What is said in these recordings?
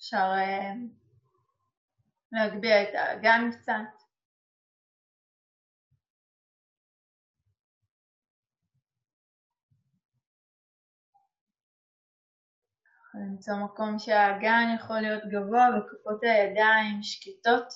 אפשר להגביה את האגן קצת. למצוא מקום שהאגן יכול להיות גבוה וכפות הידיים שקטות.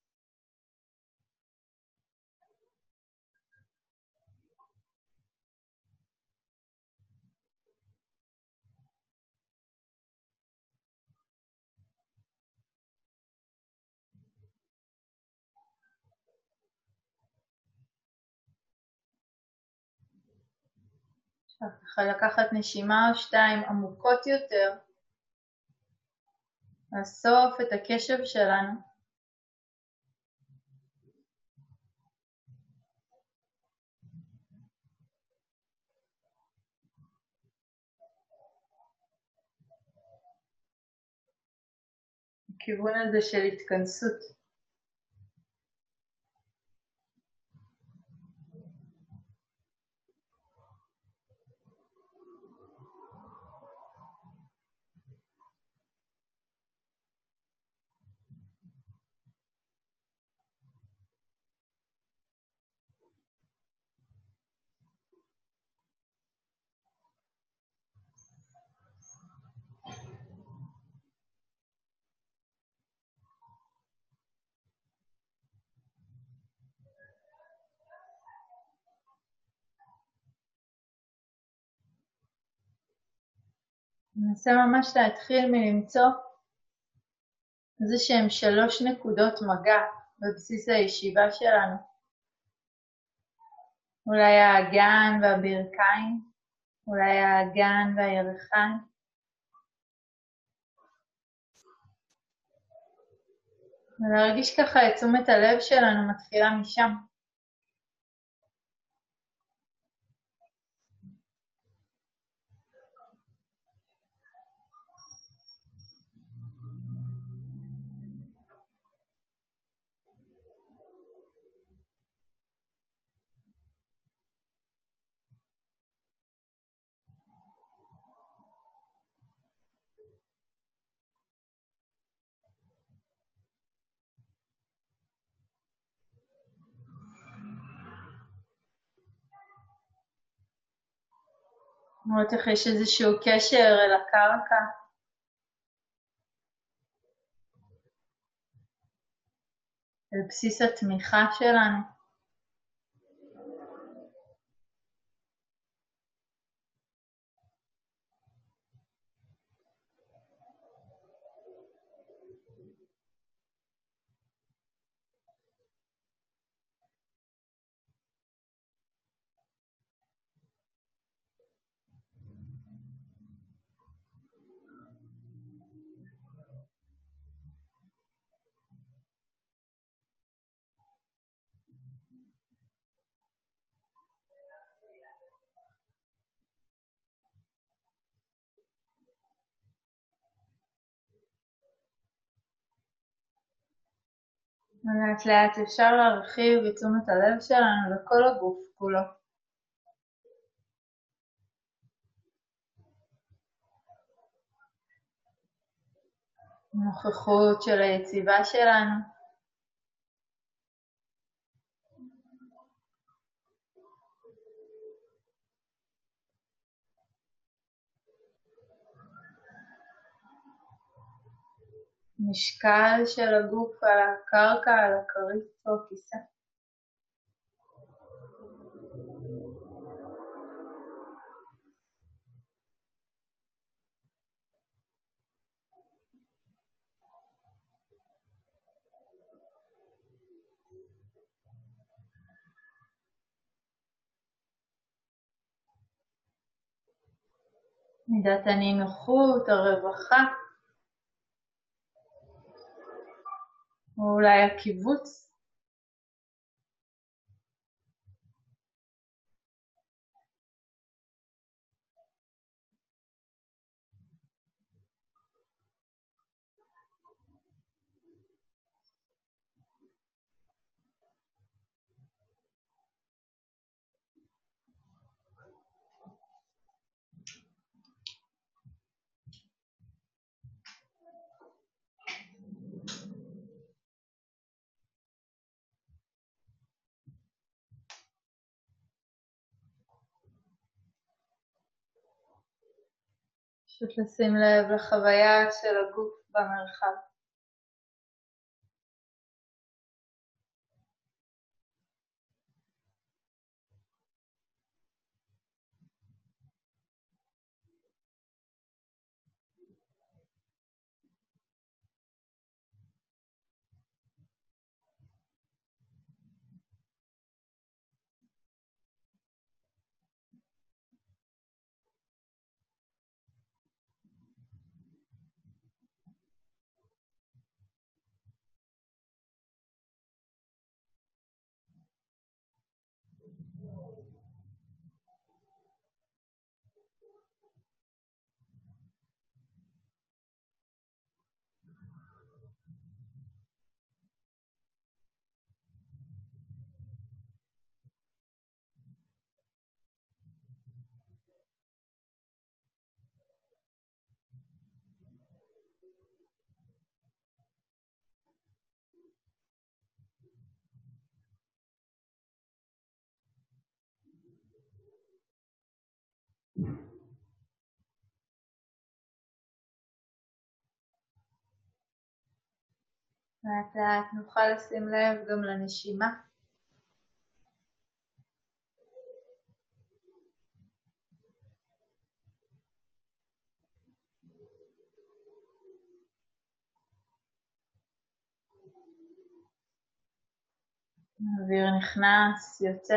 עכשיו תוכל לקחת נשימה או שתיים עמוקות יותר. לאסוף את הקשב שלנו. הכיוון הזה של התכנסות. ננסה ממש להתחיל מלמצוא איזה שהם 3 נקודות מגע בבסיס הישיבה שלנו. אולי האגן והברכיים, אולי האגן והירכיים. ולהרגיש ככה את תשומת הלב שלנו מתחילה משם. לראות איך יש איזשהו קשר אל הקרקע. אל בסיס התמיכה שלנו. ולאט לאט אפשר להרחיב את תשומת הלב שלנו לכל הגוף כולו. נוכחות של היציבה שלנו. משקל של הגוף על הקרקע, על הכרית או הכיסא. מידת הנינוחות, הרווחה, או אולי הקיבוץ. פשוט לשים לב לחוויה של הגוף במרחב. לאט לאט נוכל לשים לב גם לנשימה. האוויר נכנס, יוצא.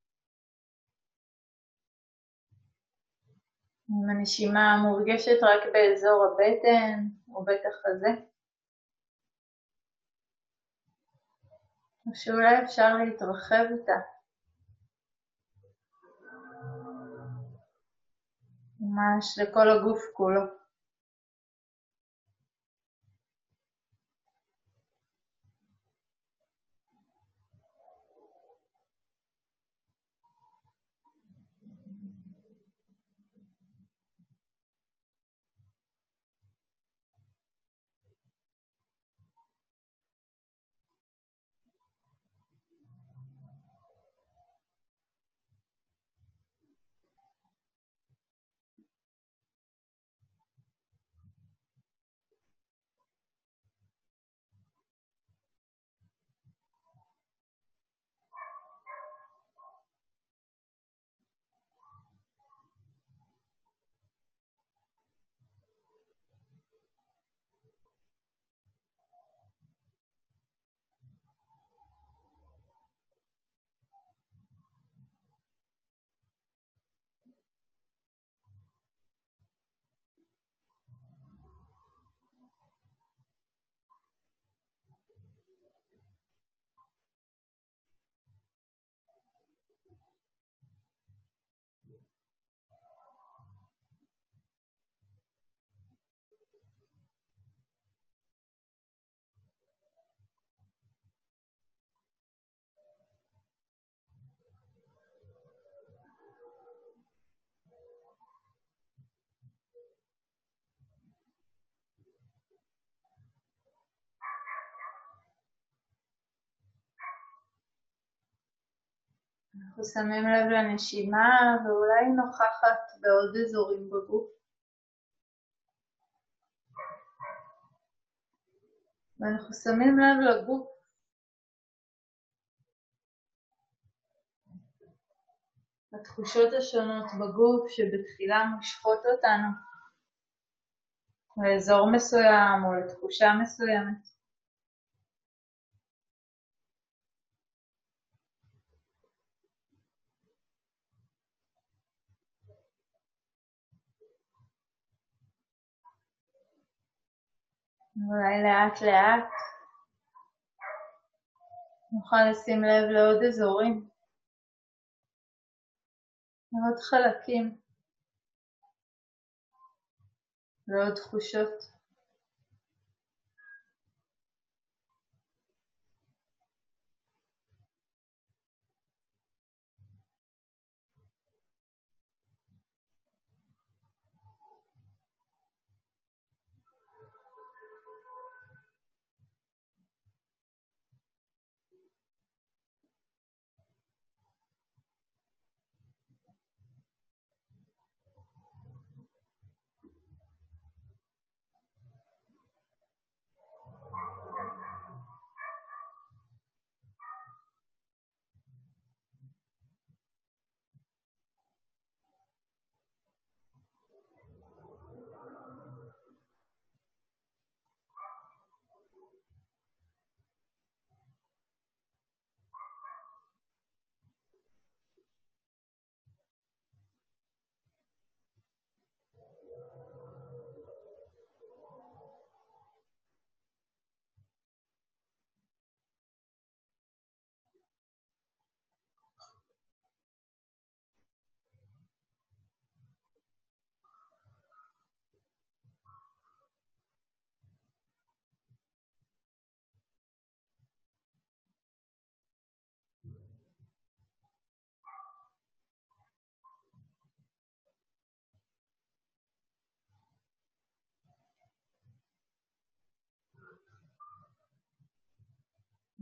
אם הנשימה מורגשת רק באזור הבטן או בית החזה, או שאולי אפשר להתרחב איתה. ממש לכל הגוף כולו. אנחנו שמים לב לנשימה ואולי נוכחת בעוד אזורים בגוף. ואנחנו שמים לב לגוף. התחושות השונות בגוף שבתחילה מושכות אותנו לאזור מסוים או לתחושה מסוימת. אולי לאט לאט נוכל לשים לב לעוד אזורים, לעוד חלקים, לעוד תחושות.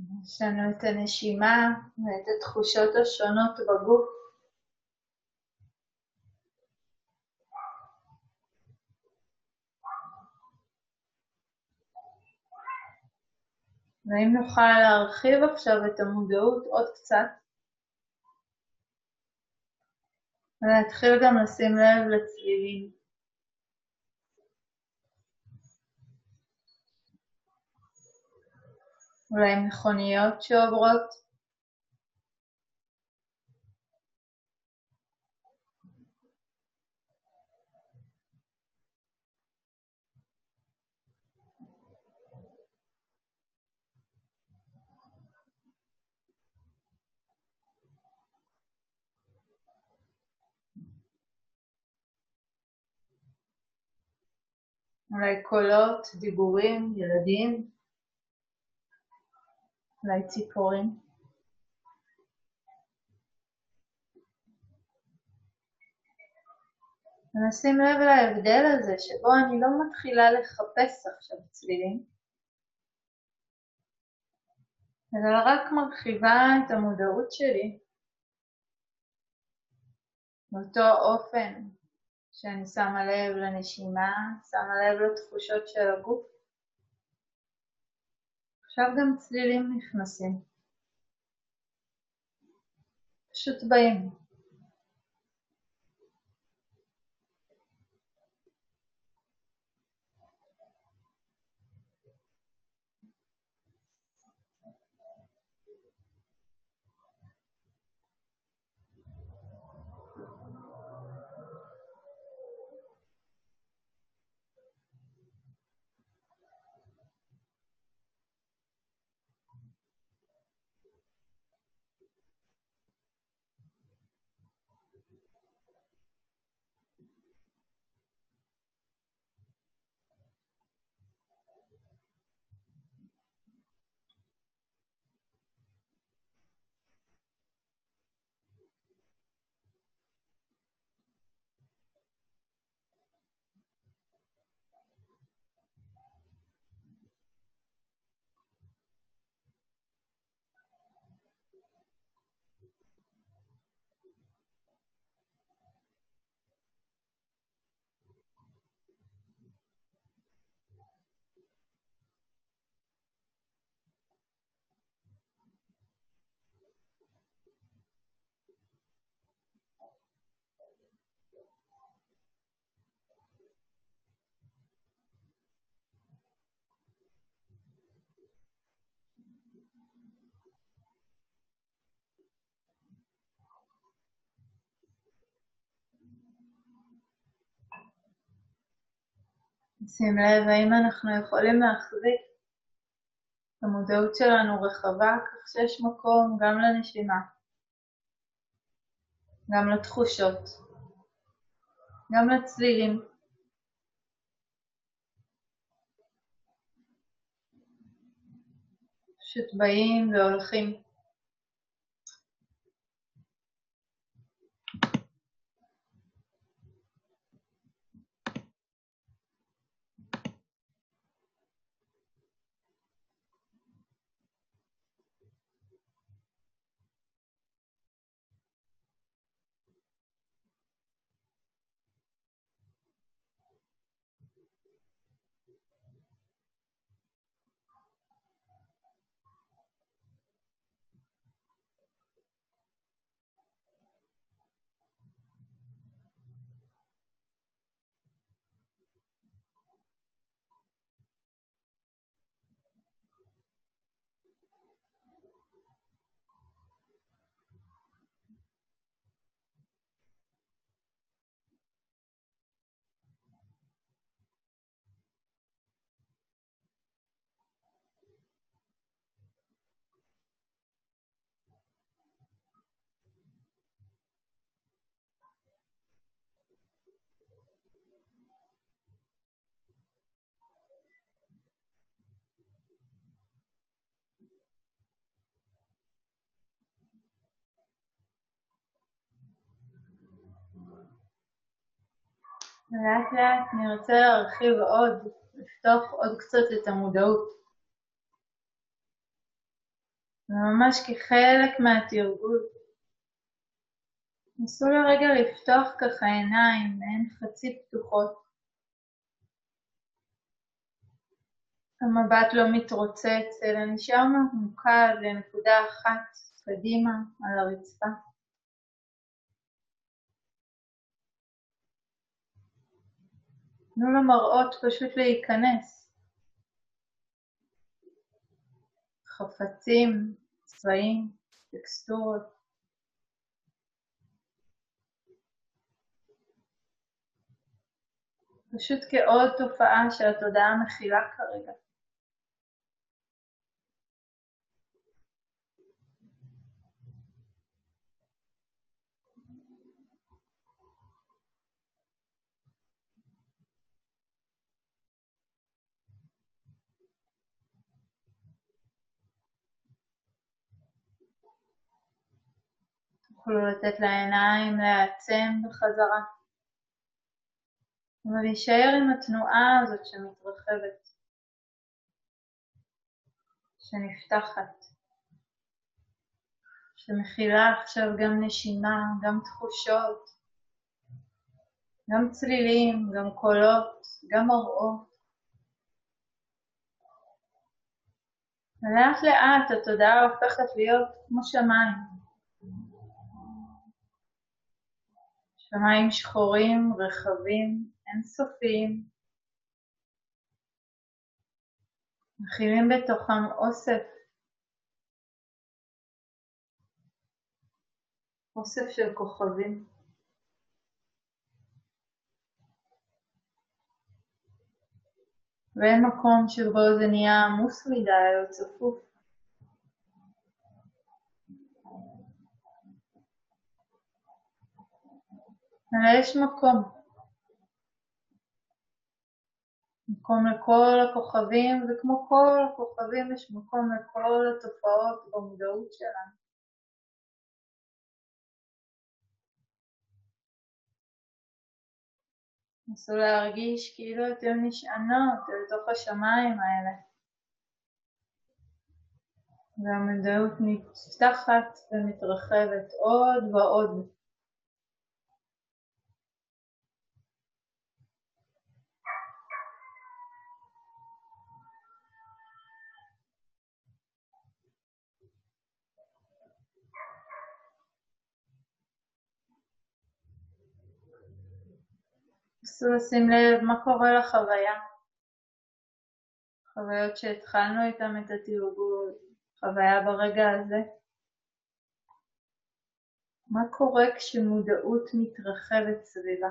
יש לנו את הנשימה ואת התחושות השונות בגוף. ואם נוכל להרחיב עכשיו את המודעות עוד קצת, ולהתחיל גם לשים לב לצלילים. אולי מכוניות שעוברות. אולי קולות, דיבורים, ילדים. אולי ציפורים. ונשים לב להבדל הזה שבו אני לא מתחילה לחפש עכשיו צלילים, אלא רק מרחיבה את המודעות שלי באותו אופן שאני שמה לב לנשימה, שמה לב לתחושות של הגוף. עכשיו גם צלילים נכנסים. פשוט באים. שים לב האם אנחנו יכולים להחזיק את המודעות שלנו רחבה, כך שיש מקום גם לנשימה, גם לתחושות, גם לצלילים. פשוט באים והולכים. לאט לאט נרצה להרחיב עוד, לפתוח עוד קצת את המודעות. וממש כחלק מהתרגול. נסו לרגע לפתוח ככה עיניים, מעין חצי פתוחות. המבט לא מתרוצץ, אלא נשאר ממוקד לנקודה אחת קדימה על הרצפה. תנו למראות פשוט להיכנס. חפצים, צבעים, טקסטורות. פשוט כעוד תופעה שהתודעה מכילה כרגע. תוכלו לתת לעיניים להעצם בחזרה. ולהישאר עם התנועה הזאת שמתרחבת, שנפתחת, שמכילה עכשיו גם נשימה, גם תחושות, גם צלילים, גם קולות, גם מראות. ולאט לאט התודעה הופכת להיות כמו שמיים. שמיים שחורים, רחבים, אינסופיים. מכילים בתוכם אוסף של כוכבים. ואין מקום שבו זה נהיה עמוס מדי או צפוף. אלא יש מקום לכל הכוכבים, וכמו כל הכוכבים יש מקום לכל התופעות במודעות שלנו. נסו להרגיש כאילו אתם נשענות אל תוך השמיים האלה. והמודעות נפתחת ומתרחבת עוד ועוד. נסו לשים לב מה קורה לחוויה. חוויות שהתחלנו איתם את התרגול, חוויה ברגע הזה. מה קורה כשמודעות מתרחבת סביבה?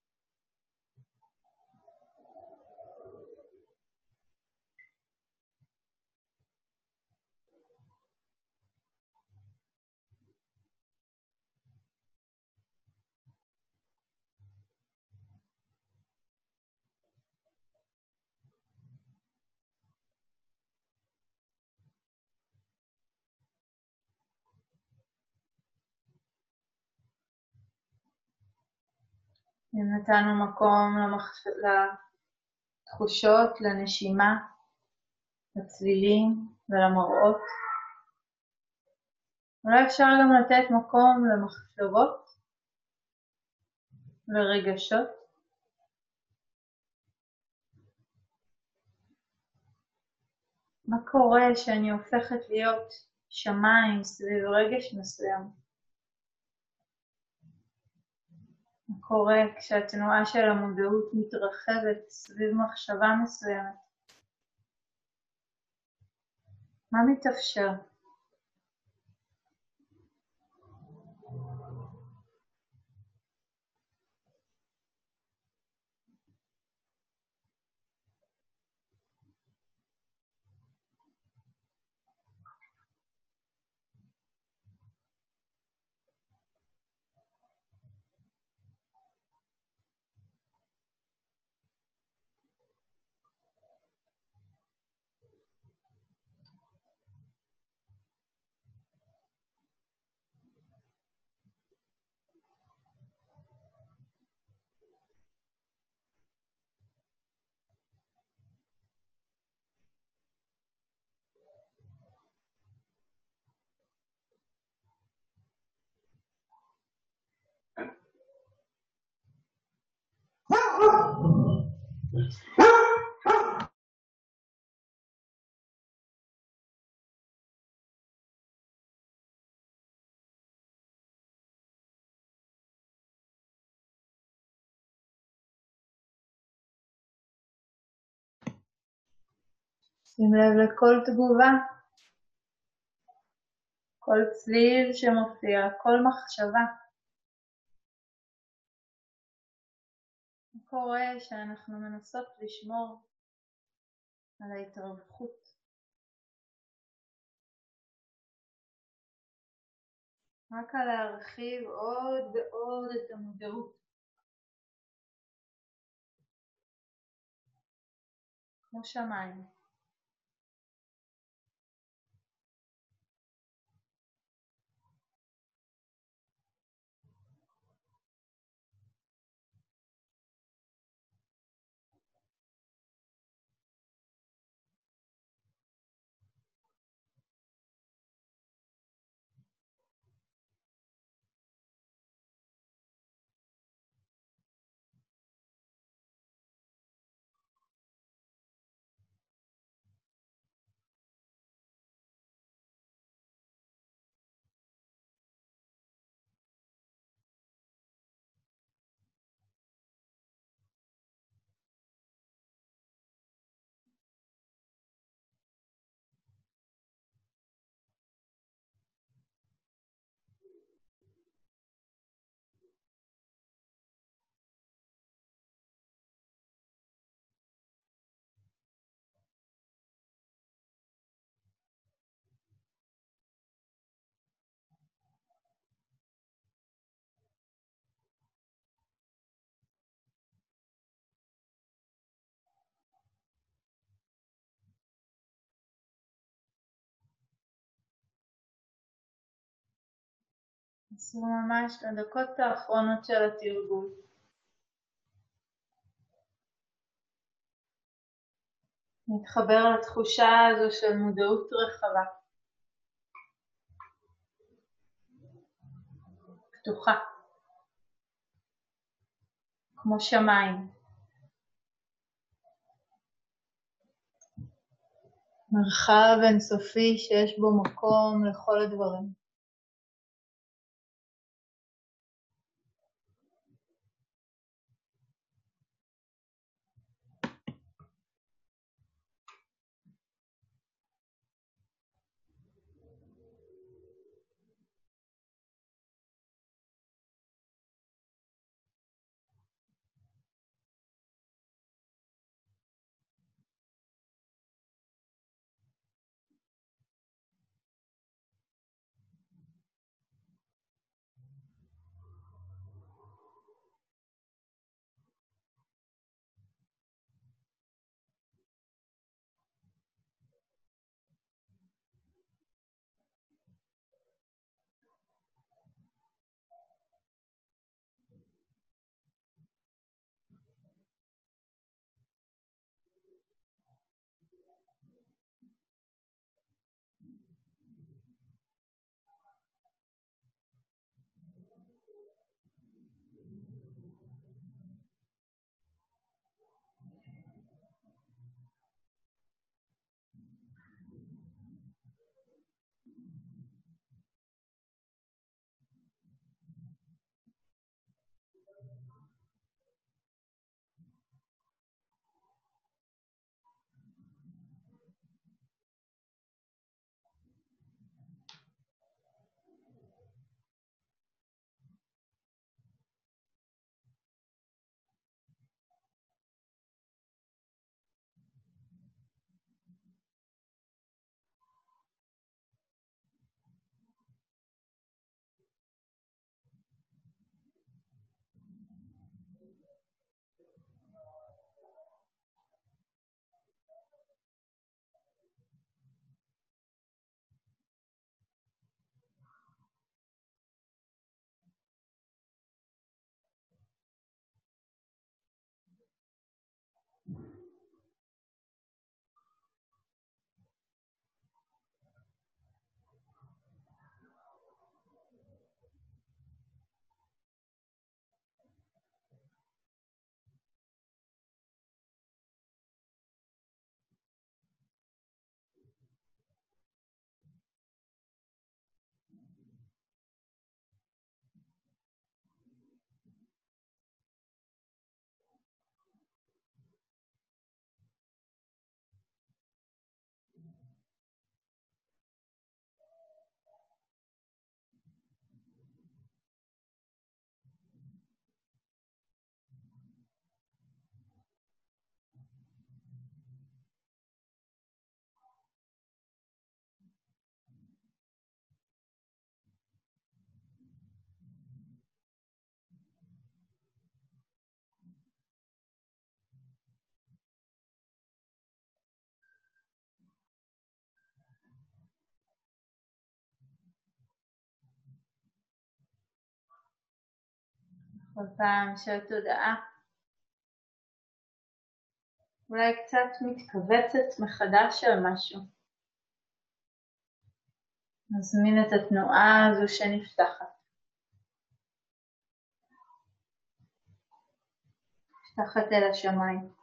אם נתנו מקום לתחושות, לנשימה, לצלילים ולמראות, אולי אפשר גם לתת מקום למחשבות ורגשות. מה קורה שאני הופכת להיות שמיים סביב רגש מסוים? מה קורה כשהתנועה של המודעות מתרחבת סביב מחשבה מסוימת? מה מתאפשר? שים לב לכל תגובה, כל צליל שמופיע, כל מחשבה. מה קורה שאנחנו מנסות לשמור על ההתרווחות? רק על להרחיב עוד ועוד את המודעות. כמו שמיים. עשו ממש לדקות האחרונות של התרגול. נתחבר לתחושה הזו של מודעות רחבה. פתוחה. כמו שמיים. מרחב אינסופי שיש בו מקום לכל הדברים. כל פעם שהתודעה אולי קצת מתכווצת מחדש על משהו. נזמין את התנועה הזו שנפתחת. נפתחת אל השמיים.